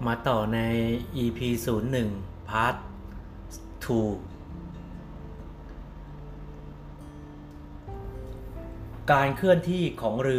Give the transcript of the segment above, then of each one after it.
มาต่อใน EP 01 Part 2 การเคลื่อนที่ของเรือ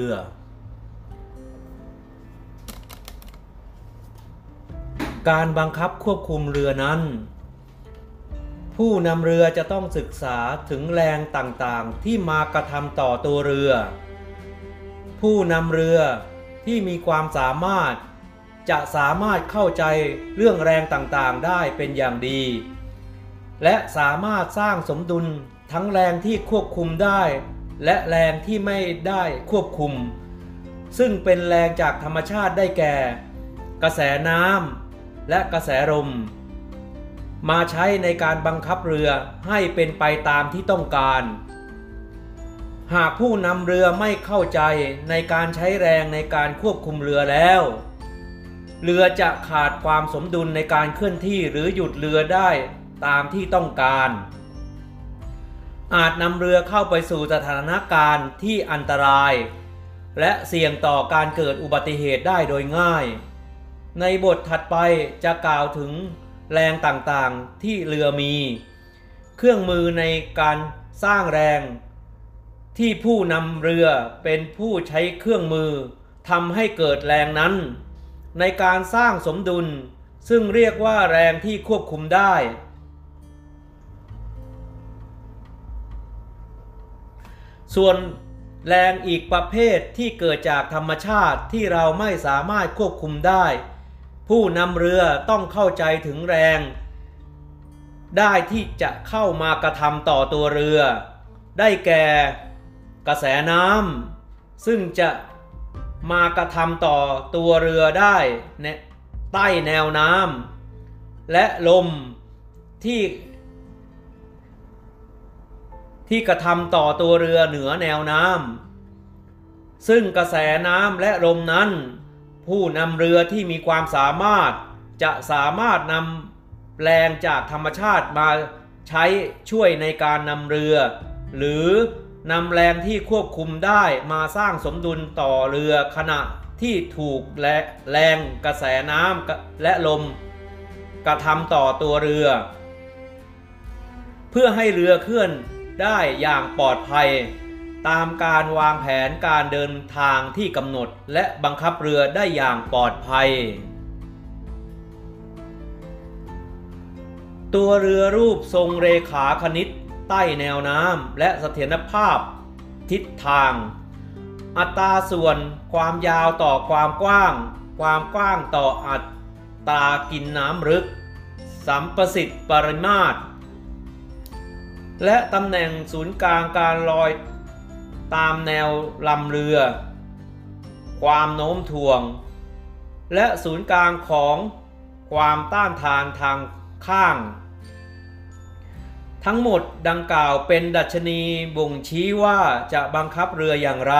การบังคับควบคุมเรือนั้นผู้นำเรือจะต้องศึกษาถึงแรงต่างๆที่มากระทำต่อตัวเรือผู้นำเรือที่มีความสามารถจะสามารถเข้าใจเรื่องแรงต่างๆได้เป็นอย่างดีและสามารถสร้างสมดุลทั้งแรงที่ควบคุมได้และแรงที่ไม่ได้ควบคุมซึ่งเป็นแรงจากธรรมชาติได้แก่กระแสน้ำและกระแสลมมาใช้ในการบังคับเรือให้เป็นไปตามที่ต้องการหากผู้นำเรือไม่เข้าใจในการใช้แรงในการควบคุมเรือแล้วเรือจะขาดความสมดุลในการเคลื่อนที่หรือหยุดเรือได้ตามที่ต้องการอาจนำเรือเข้าไปสู่สถานการณ์ที่อันตรายและเสี่ยงต่อการเกิดอุบัติเหตุได้โดยง่ายในบทถัดไปจะกล่าวถึงแรงต่างๆที่เรือมีเครื่องมือในการสร้างแรงที่ผู้นำเรือเป็นผู้ใช้เครื่องมือทำให้เกิดแรงนั้นในการสร้างสมดุลซึ่งเรียกว่าแรงที่ควบคุมได้ส่วนแรงอีกประเภทที่เกิดจากธรรมชาติที่เราไม่สามารถควบคุมได้ผู้นำเรือต้องเข้าใจถึงแรงได้ที่จะเข้ามากระทำต่อตัวเรือได้แก่กระแสน้ำซึ่งจะมากระทำต่อตัวเรือได้ใต้แนวน้ำและลมที่กระทำต่อตัวเรือเหนือแนวน้ำซึ่งกระแสน้ำและลมนั้นผู้นำเรือที่มีความสามารถจะสามารถนำแรงจากธรรมชาติมาใช้ช่วยในการนำเรือหรือนำแรงที่ควบคุมได้มาสร้างสมดุลต่อเรือขณะที่ถูกแรงกระแสน้ำและลมกระทำต่อตัวเรือเพื่อให้เรือเคลื่อนได้อย่างปลอดภัยตามการวางแผนการเดินทางที่กำหนดและบังคับเรือได้อย่างปลอดภัยตัวเรือรูปทรงเรขาคณิตใต้แนวน้ำและเสถียรภาพทิศทางอัตราส่วนความยาวต่อความกว้างความกว้างต่ออัตรากินน้ำลึกสัมประสิทธิ์ปริมาตรและตำแหน่งศูนย์กลางการลอยตามแนวลำเรือความโน้มถ่วงและศูนย์กลางของความต้านทานทางข้างทั้งหมดดังกล่าวเป็นดัชนีบ่งชี้ว่าจะบังคับเรืออย่างไร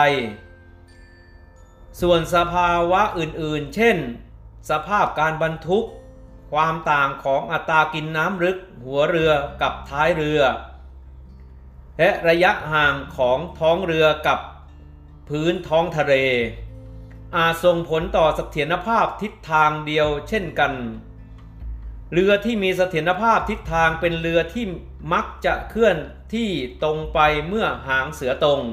ส่วนสภาวะอื่นๆเช่นสภาพการบรรทุกความต่างของอัตรากินน้ำลึกหัวเรือกับท้ายเรือและระยะห่างของท้องเรือกับพื้นท้องทะเลอาจส่งผลต่อเสถียรภาพทิศทางเดียวเช่นกันเรือที่มีเสถียรภาพทิศทางเป็นเรือที่มักจะเคลื่อนที่ตรงไปเมื่อหางเสือตรง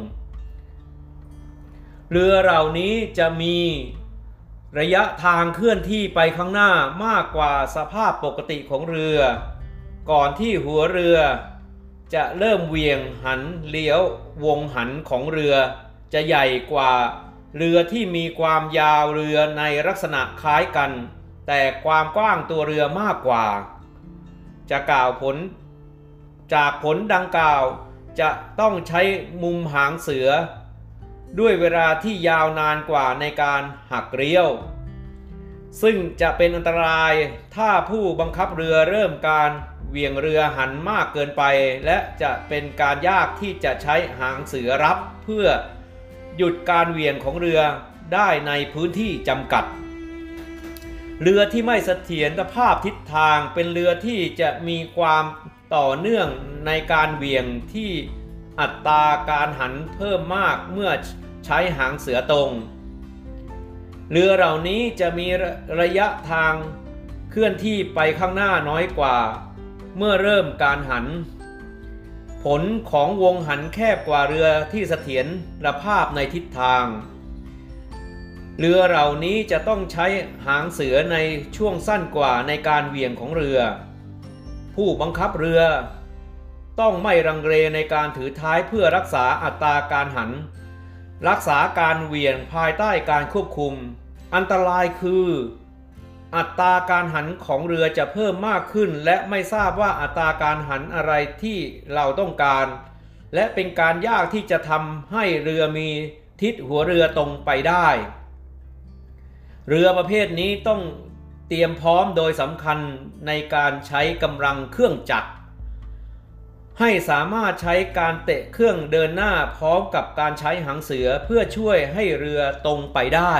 เรือเหล่านี้จะมีระยะทางเคลื่อนที่ไปข้างหน้ามากกว่าสภาพปกติของเรือก่อนที่หัวเรือจะเริ่มเหวี่ยงหันเลี้ยววงหันของเรือจะใหญ่กว่าเรือที่มีความยาวเรือในลักษณะคล้ายกันแต่ความกว้างตัวเรือมากกว่าจะกล่าวผลจากผลดังกล่าวจะต้องใช้มุมหางเสือด้วยเวลาที่ยาวนานกว่าในการหักเลี้ยวซึ่งจะเป็นอันตรายถ้าผู้บังคับเรือเริ่มการเหวี่ยงเรือหันมากเกินไปและจะเป็นการยากที่จะใช้หางเสือรับเพื่อหยุดการเหวี่ยงของเรือได้ในพื้นที่จำกัดเรือที่ไม่เสถียรภาพทิศทางเป็นเรือที่จะมีความต่อเนื่องในการเหวี่ยงที่อัตราการหันเพิ่มมากเมื่อใช้หางเสือตรง เรือเหล่านี้จะมีระยะทางเคลื่อนที่ไปข้างหน้าน้อยกว่าเมื่อเริ่มการหันผลของวงหันแคบกว่าเรือที่เสถียรภาพในทิศทางเรือเหล่านี้จะต้องใช้หางเสือในช่วงสั้นกว่าในการเหวี่ยงของเรือผู้บังคับเรือต้องไม่รังเรในการถือท้ายเพื่อรักษาอัตราการหันรักษาการเหวี่ยงภายใต้การควบคุมอันตรายคืออัตราการหันของเรือจะเพิ่มมากขึ้นและไม่ทราบว่าอัตราการหันอะไรที่เราต้องการและเป็นการยากที่จะทำให้เรือมีทิศหัวเรือตรงไปได้เรือประเภทนี้ต้องเตรียมพร้อมโดยสำคัญในการใช้กำลังเครื่องจักรให้สามารถใช้การเตะเครื่องเดินหน้าพร้อมกับการใช้หางเสือเพื่อช่วยให้เรือตรงไปได้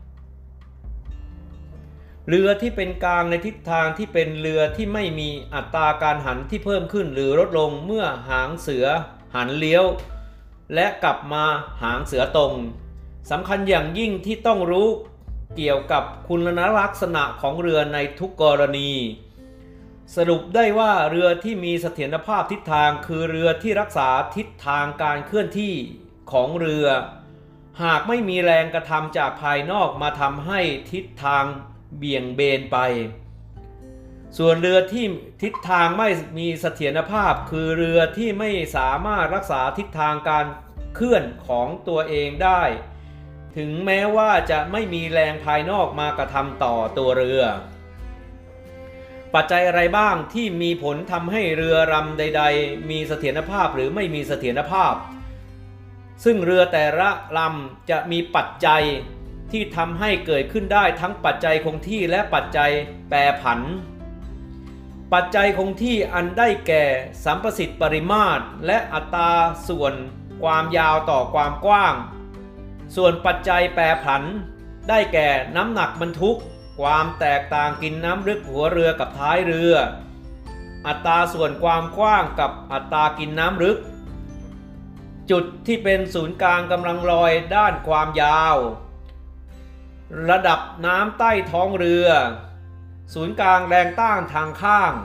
เรือที่เป็นกลางในทิศทางที่เป็นเรือที่ไม่มีอัตราการหันที่เพิ่มขึ้นหรือลดลงเมื่อหางเสือหันเลี้ยวและกลับมาหางเสือตรงสำคัญอย่างยิ่งที่ต้องรู้เกี่ยวกับคุณลักษณะของเรือในทุกกรณีสรุปได้ว่าเรือที่มีเสถียรภาพทิศทางคือเรือที่รักษาทิศทางการเคลื่อนที่ของเรือหากไม่มีแรงกระทำจากภายนอกมาทำให้ทิศทางเบี่ยงเบนไปส่วนเรือที่ทิศทางไม่มีเสถียรภาพคือเรือที่ไม่สามารถรักษาทิศทางการเคลื่อนของตัวเองได้ถึงแม้ว่าจะไม่มีแรงภายนอกมากระทำต่อตัวเรือปัจจัยอะไรบ้างที่มีผลทำให้เรือลำใดๆมีเสถียรภาพหรือไม่มีเสถียรภาพซึ่งเรือแต่ละลำจะมีปัจจัยที่ทำให้เกิดขึ้นได้ทั้งปัจจัยคงที่และปัจจัยแปรผันปัจจัยคงที่อันได้แก่สัมประสิทธิ์ปริมาตรและอัตราส่วนความยาวต่อความกว้างส่วนปัจจัยแปรผันได้แก่น้ำหนักบรรทุกความแตกต่างกินน้ำลึกหัวเรือกับท้ายเรืออัตราส่วนความกว้างกับอัตรากินน้ำลึกจุดที่เป็นศูนย์กลางกำลังลอยด้านความยาวระดับน้ำใต้ท้องเรือศูนย์กลางแรงต้านทางข้าง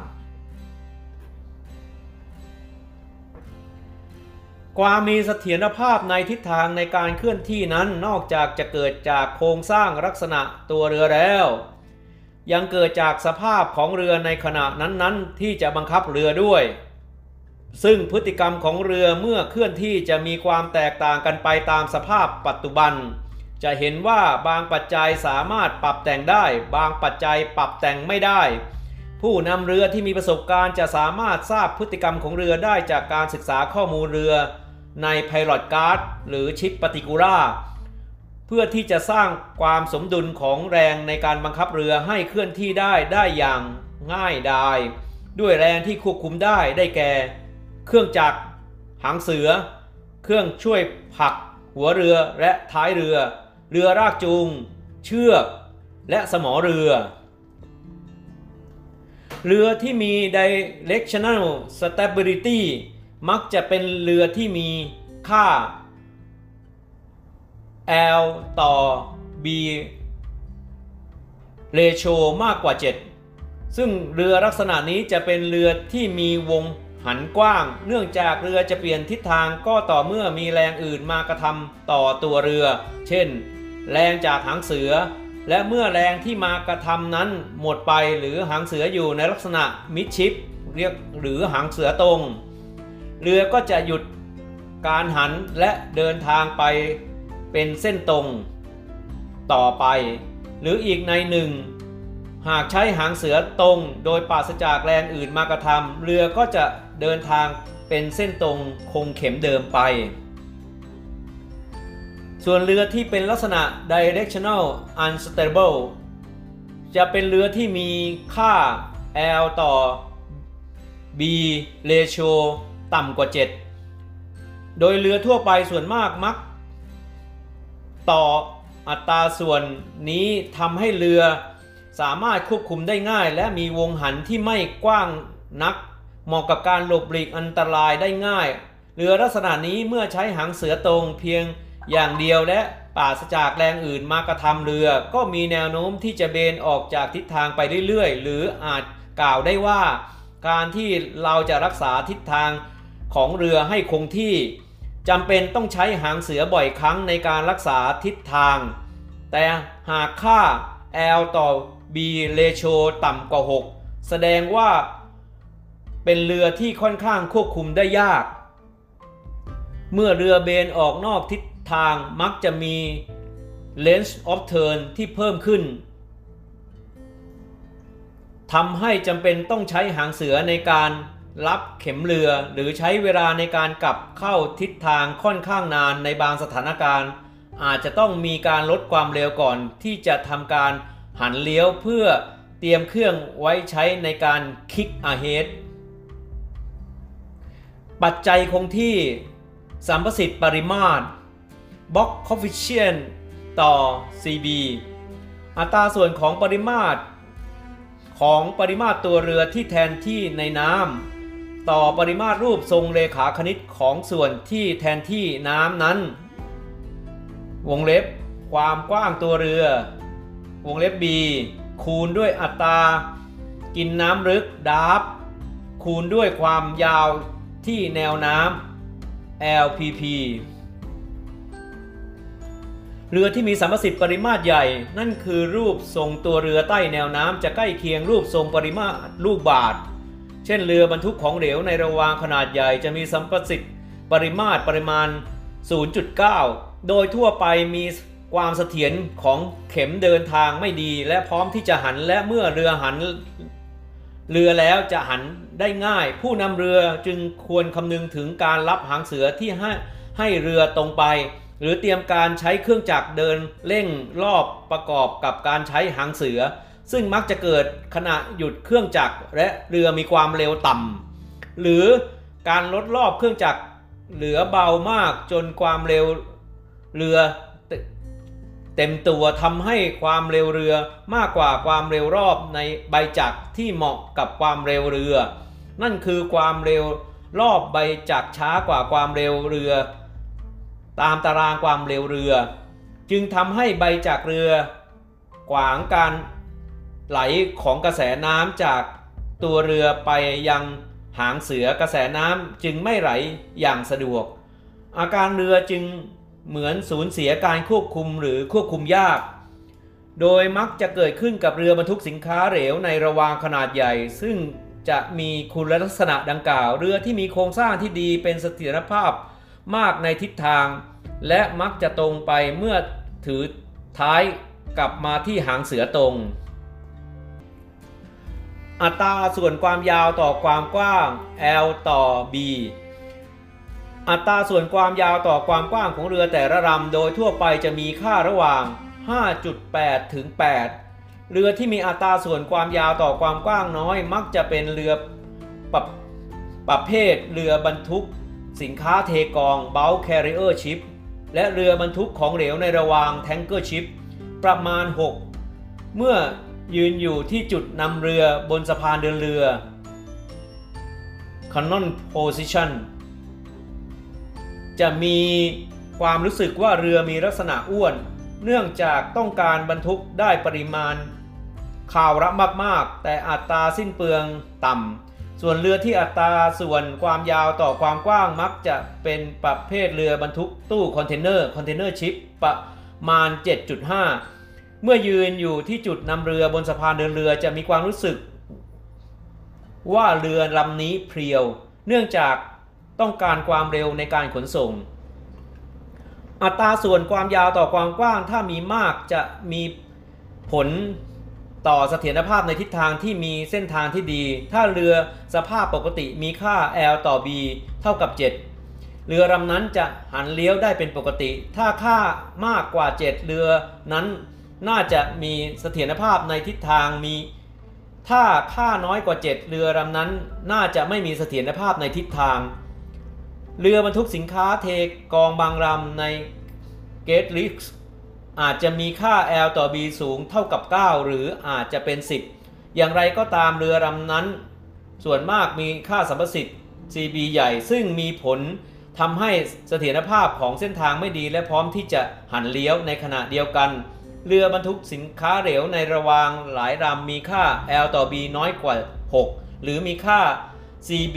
ความมีเสถียรภาพในทิศทางในการเคลื่อนที่นั้นนอกจากจะเกิดจากโครงสร้างลักษณะตัวเรือแล้วยังเกิดจากสภาพของเรือในขณะนั้นๆที่จะบังคับเรือด้วยซึ่งพฤติกรรมของเรือเมื่อเคลื่อนที่จะมีความแตกต่างกันไปตามสภาพปัจจุบันจะเห็นว่าบางปัจจัยสามารถปรับแต่งได้บางปัจจัยปรับแต่งไม่ได้ผู้นำเรือที่มีประสบการณ์จะสามารถทราบพฤติกรรมของเรือได้จากการศึกษาข้อมูลเรือใน Pilot Guide หรือชิปปฏิกูล่าเพื่อที่จะสร้างความสมดุลของแรงในการบังคับเรือให้เคลื่อนที่ได้อย่างง่ายดายด้วยแรงที่ควบคุมได้แก่เครื่องจักรหางเสือเครื่องช่วยผลักหัวเรือและท้ายเรือเรือลากจูงเชือกและสมอเรือเรือที่มี Directional Stability มักจะเป็นเรือที่มีค่า L ต่อ B ratio มากกว่า 7ซึ่งเรือลักษณะนี้จะเป็นเรือที่มีวงหันกว้างเนื่องจากเรือจะเปลี่ยนทิศทางก็ต่อเมื่อมีแรงอื่นมากระทำต่อตัวเรือเช่นแรงจากหางเสือและเมื่อแรงที่มากระทำนั้นหมดไปหรือหางเสืออยู่ในลักษณะมิดชิปเรียกหรือหางเสือตรงเรือก็จะหยุดการหันและเดินทางไปเป็นเส้นตรงต่อไปหรืออีกในหนึ่งหากใช้หางเสือตรงโดยปราศจากแรงอื่นมากระทำเรือก็จะเดินทางเป็นเส้นตรงคงเข็มเดิมไปส่วนเรือที่เป็นลักษณะ Directional Unstable จะเป็นเรือที่มีค่า L ต่อ B ratio ต่ำกว่า 7โดยเรือทั่วไปส่วนมากมักต่ออัตราส่วนนี้ทำให้เรือสามารถควบคุมได้ง่ายและมีวงหันที่ไม่กว้างนักเหมาะกับการหลบหลีกอันตรายได้ง่ายเรือลักษณะนี้เมื่อใช้หางเสือตรงเพียงอย่างเดียวและปราศจากแรงอื่นมากระทำเรือก็มีแนวโน้มที่จะเบนออกจากทิศทางไปเรื่อยๆหรืออาจกล่าวได้ว่าการที่เราจะรักษาทิศทางของเรือให้คงที่จำเป็นต้องใช้หางเสือบ่อยครั้งในการรักษาทิศทางแต่หากค่า L ต่อ B ratio ต่ำกว่า 6 แสดงว่าเป็นเรือที่ค่อนข้างควบคุมได้ยากเมื่อเรือเบนออกนอกทิศทางมักจะมี length of turn ที่เพิ่มขึ้นทำให้จำเป็นต้องใช้หางเสือในการรับเข็มเรือหรือใช้เวลาในการกลับเข้าทิศทางค่อนข้างนานในบางสถานการณ์อาจจะต้องมีการลดความเร็วก่อนที่จะทำการหันเลี้ยวเพื่อเตรียมเครื่องไว้ใช้ในการ kick ahead ปัจจัยคงที่สัมประสิทธิ์ปริมาตร Box coefficient ต่อ CB อัตราส่วนของปริมาตรตัวเรือที่แทนที่ในน้ำต่อปริมาตรรูปทรงเลขาคณิตของส่วนที่แทนที่น้ำนั้นวงเล็บความกว้างตัวเรือวงเล็บ B คูณด้วยอัตรากินน้ำลึกดาฟคูณด้วยความยาวที่แนวน้ำ LPP เรือที่มีสัมประสิทธิ์ปริมาตรใหญ่นั่นคือรูปทรงตัวเรือใต้แนวน้ำจะใกล้เคียงรูปทรงปริมาตรลูกบาศก์เช่นเรือบรรทุกของเหลวในระวางขนาดใหญ่จะมีสัมประสิทธิ์ปริมาณ 0.9 โดยทั่วไปมีความเสถียรของเข็มเดินทางไม่ดีและพร้อมที่จะหันและเมื่อเรือหันเรือแล้วจะหันได้ง่ายผู้นำเรือจึงควรคำนึงถึงการรับหางเสือที่ให้เรือตรงไปหรือเตรียมการใช้เครื่องจักรเดินเร่งรอบประกอบกับการใช้หางเสือซึ่งมักจะเกิดขณะหยุดเครื่องจักรและเรือมีความเร็วต่ำหรือการลดรอบเครื่องจักรเหลือเบามากจนความเร็วเรือเต็มตัวทำให้ความเร็วเรือมากกว่าความเร็วรอบในใบจักรที่เหมาะกับความเร็วเรือนั่นคือความเร็วรอบใบจักรช้ากว่าความเร็วเรือตามตารางความเร็วเรือจึงทำให้ใบจักรเรือขวางการไหลของกระแสน้ำจากตัวเรือไปยังหางเสือกระแสน้ำจึงไม่ไหลอย่างสะดวกอาการเรือจึงเหมือนสูญเสียการควบคุมหรือควบคุมยากโดยมักจะเกิดขึ้นกับเรือบรรทุกสินค้าเหลวในระวางขนาดใหญ่ซึ่งจะมีคุณลักษณะดังกล่าวเรือที่มีโครงสร้างที่ดีเป็นเสถียรภาพมากในทิศทางและมักจะตรงไปเมื่อถือท้ายกลับมาที่หางเสือตรงอัตราส่วนความยาวต่อความกว้าง L ต่อ B อัตราส่วนความยาวต่อความกว้างของเรือแต่ละลำโดยทั่วไปจะมีค่าระหว่าง 5.8 ถึง 8 เรือที่มีอัตราส่วนความยาวต่อความกว้างน้อยมักจะเป็นเรือประเภทเรือบรรทุกสินค้าเทกอง Bulk Carrier Ship และเรือบรรทุกของเหลวในระวาง Tanker Ship ประมาณ 6 เมื่อยืนอยู่ที่จุดนำเรือบนสะพานเดินเรือ Cannon Position จะมีความรู้สึกว่าเรือมีลักษณะอ้วนเนื่องจากต้องการบรรทุกได้ปริมาณข่าวรับมากๆแต่อัตราสิ้นเปลืองต่ำส่วนเรือที่อัตราส่วนความยาวต่อความกว้างมักจะเป็นประเภทเรือบรรทุกตู้คอนเทนเนอร์ชิปประมาณ 7.5 เมื่อยืนอยู่ที่จุดนำเรือบนสะพานเดินเรือจะมีความรู้สึกว่าเรือลำนี้เพรียวเนื่องจากต้องการความเร็วในการขนส่งอัตราส่วนความยาวต่อความกว้างถ้ามีมากจะมีผลต่อเสถียรภาพในทิศทางที่มีเส้นทางที่ดีถ้าเรือสภาพปกติมีค่า L ต่อ B เท่ากับ 7 เรือลำนั้นจะหันเลี้ยวได้เป็นปกติถ้าค่ามากกว่า 7 เรือนั้นน่าจะมีเสถียรภาพในทิศทางถ้าค่าน้อยกว่า 7 เรือลำนั้นน่าจะไม่มีเสถียรภาพในทิศทางเรือบรรทุกสินค้าเทกองบางลำในเกตลิกอาจจะมีค่า L ต่อ B สูงเท่ากับ 9 หรืออาจจะเป็น 10 อย่างไรก็ตามเรือลำนั้นส่วนมากมีค่าสัมประสิทธิ์ CB ใหญ่ซึ่งมีผลทำให้เสถียรภาพของเส้นทางไม่ดีและพร้อมที่จะหันเลี้ยวในขณะเดียวกันเรือบรรทุกสินค้าเหลวในระหว่างหลายลำมีค่า L ต่อ B น้อยกว่า 6 หรือมีค่า CB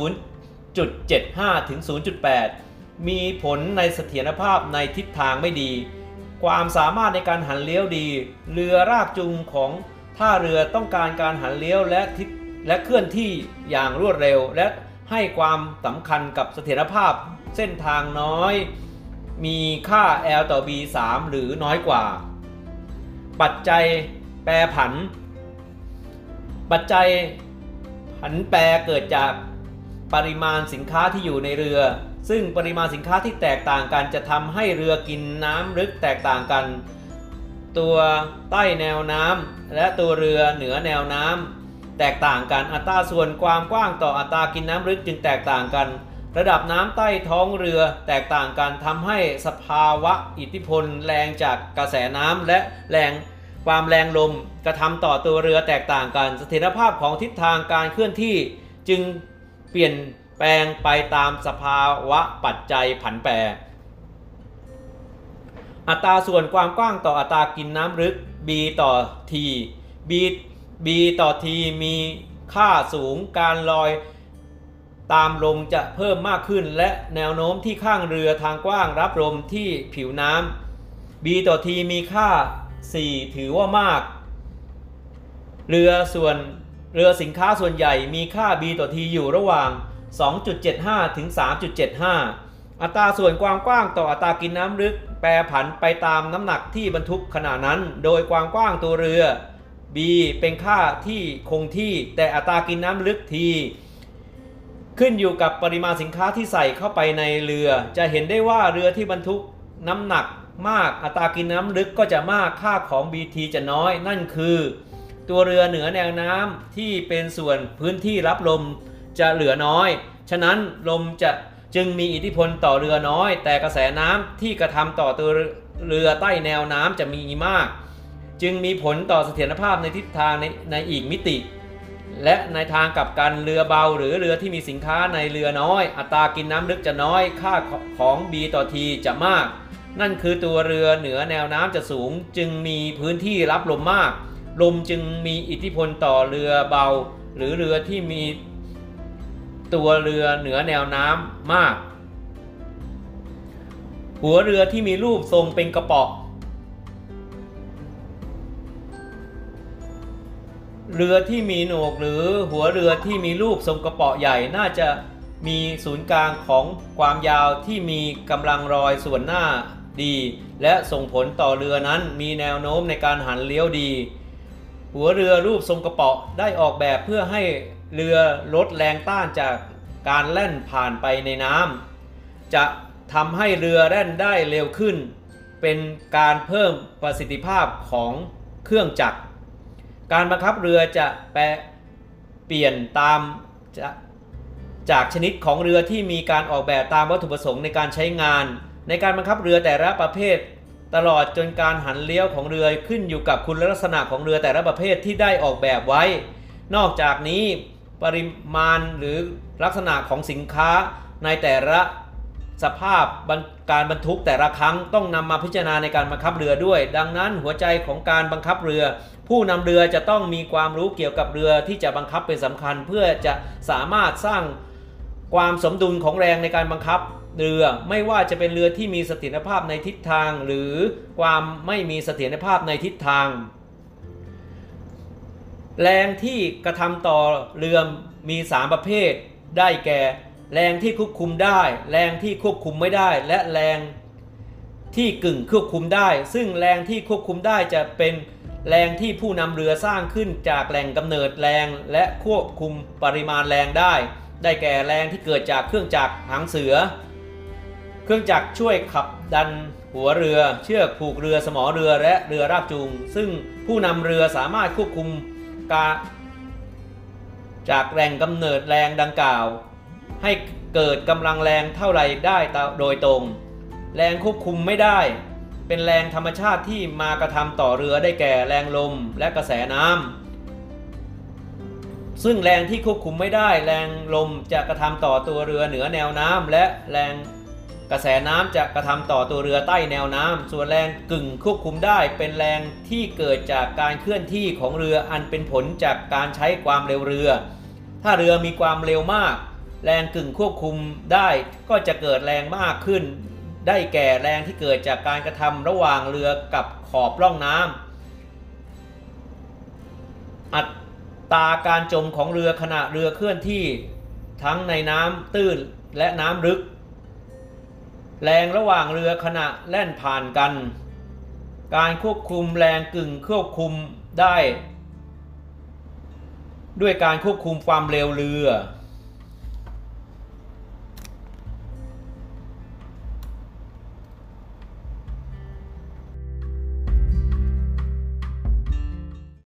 0.75 ถึง 0.8 มีผลในเสถียรภาพในทิศทางไม่ดีความสามารถในการหันเลี้ยวดีเรือรากจูงของท่าเรือต้องการการหันเลี้ยวและเคลื่อนที่อย่างรวดเร็วและให้ความสำคัญกับเสถียรภาพเส้นทางน้อยมีค่า L ต่อ B 3 หรือน้อยกว่าปัจจัยแปรผันปัจจัยผันแปรเกิดจากปริมาณสินค้าที่อยู่ในเรือซึ่งปริมาณสินค้าที่แตกต่างกันจะทำให้เรือกินน้ำลึกแตกต่างกันตัวใต้แนวน้ำและตัวเรือเหนือแนวน้ำแตกต่างกันอัตราส่วนความกว้างต่ออัตรากินน้ำลึกจึงแตกต่างกันระดับน้ำใต้ท้องเรือแตกต่างกันทำให้สภาวะอิทธิพลแรงจากกระแสน้ำและความแรงลมกระทำต่อตัวเรือแตกต่างกันเสถียรภาพของทิศทางการเคลื่อนที่จึงเปลี่ยนแปลงไปตามสภาวะปัจจัยผันแปรอัตราส่วนความกว้างต่ออัตรากินน้ำลึก B ต่อ T B ต่อ T มีค่าสูงการลอยตามลมจะเพิ่มมากขึ้นและแนวโน้มที่ข้างเรือทางกว้างรับลมที่ผิวน้ำ B ต่อ T มีค่า 4 ถือว่ามากเรือสินค้าส่วนใหญ่มีค่า B ต่อ T อยู่ระหว่าง 2.75 ถึง 3.75 อัตราส่วนความกว้างต่ออัตรากินน้ำลึกแปรผันไปตามน้ำหนักที่บรรทุกขณะนั้นโดยความกว้างตัวเรือ B เป็นค่าที่คงที่แต่อัตรากินน้ำลึก T ขึ้นอยู่กับปริมาณสินค้าที่ใส่เข้าไปในเรือจะเห็นได้ว่าเรือที่บรรทุกน้ำหนักมากอัตรากินน้ำลึกก็จะมากค่าของ BT จะน้อยนั่นคือตัวเรือเหนือแนวน้ำที่เป็นส่วนพื้นที่รับลมจะเหลือน้อยฉะนั้นลมจึงมีอิทธิพลต่อเรือน้อยแต่กระแสน้ำที่กระทำต่อตัวเรือใต้แนวน้ำจะมีมากจึงมีผลต่อเสถียรภาพในทิศทางในอีกมิติและในทางกลับกันเรือเบาหรือเรือที่มีสินค้าในเรือน้อยอัตรากินน้ำลึกจะน้อยค่าของ B ต่อ T จะมากนั่นคือตัวเรือเหนือแนวน้ำจะสูงจึงมีพื้นที่รับลมมากลมจึงมีอิทธิพลต่อเรือเบาหรือเรือที่มีตัวเรือเหนือแนวน้ำมากหัวเรือที่มีรูปทรงเป็นกระป๋อเรือที่มีโหนกหรือหัวเรือที่มีรูปทรงกระป๋อใหญ่น่าจะมีศูนย์กลางของความยาวที่มีกำลังรอยส่วนหน้าดีและส่งผลต่อเรือนั้นมีแนวโน้มในการหันเลี้ยวดีหัวเรือรูปทรงกระป๋อได้ออกแบบเพื่อให้เรือลดแรงต้านจากการแล่นผ่านไปในน้ำจะทำให้เรือแล่นได้เร็วขึ้นเป็นการเพิ่มประสิทธิภาพของเครื่องจักรการบังคับเรือจะเปลี่ยนตามจากชนิดของเรือที่มีการออกแบบตามวัตถุประสงค์ในการใช้งานในการบังคับเรือแต่ละประเภทตลอดจนการหันเลี้ยวของเรือขึ้นอยู่กับคุณลักษณะของเรือแต่ละประเภทที่ได้ออกแบบไว้นอกจากนี้ปริมาณหรือลักษณะของสินค้าในแต่ละสภาพการบรรทุกแต่ละครั้งต้องนำมาพิจารณาในการบังคับเรือด้วยดังนั้นหัวใจของการบังคับเรือผู้นำเรือจะต้องมีความรู้เกี่ยวกับเรือที่จะบังคับเป็นสำคัญเพื่อจะสามารถสร้างความสมดุลของแรงในการบังคับเรือไม่ว่าจะเป็นเรือที่มีเสถียรภาพในทิศทางหรือความไม่มีเสถียรภาพในทิศทางแรงที่กระทำต่อเรือมี3ประเภทได้แก่แรงที่ควบคุมได้แรงที่ควบคุมไม่ได้และแรงที่กึ่งควบคุมได้ซึ่งแรงที่ควบคุมได้จะเป็นแรงที่ผู้นำเรือสร้างขึ้นจากแหล่งกำเนิดแรงและควบคุมปริมาณแรงได้แก่แรงที่เกิดจากเครื่องจักรหางเสือเครื่องจักรช่วยขับดันหัวเรือเชือกผูกเรือสมอเรือและเรือรากจูงซึ่งผู้นำเรือสามารถควบคุมจากแหล่งกำเนิดแรงดังกล่าวให้เกิดกำลังแรงเท่าไรได้โดยตรงแรงควบคุมไม่ได้เป็นแรงธรรมชาติที่มากระทำต่อเรือได้แก่แรงลมและกระแสน้ำซึ่งแรงที่ควบคุมไม่ได้แรงลมจะกระทำต่อตัวเรือเหนือแนวน้ำและแรงกระแสน้ำจะกระทำต่อตัวเรือใต้แนวน้ำส่วนแรงกึ่งควบคุมได้เป็นแรงที่เกิดจากการเคลื่อนที่ของเรืออันเป็นผลจากการใช้ความเร็วเรือถ้าเรือมีความเร็วมากแรงกึ่งควบคุมได้ก็จะเกิดแรงมากขึ้นได้แก่แรงที่เกิดจากการกระทำระหว่างเรือกับขอบร่องน้ำอัตราการจมของเรือขณะเรือเคลื่อนที่ทั้งในน้ำตื้นและน้ำลึกแรงระหว่างเรือขณะแล่นผ่านกันการควบคุมแรงกึ่งควบคุมได้ด้วยการควบคุมความเร็วเรือ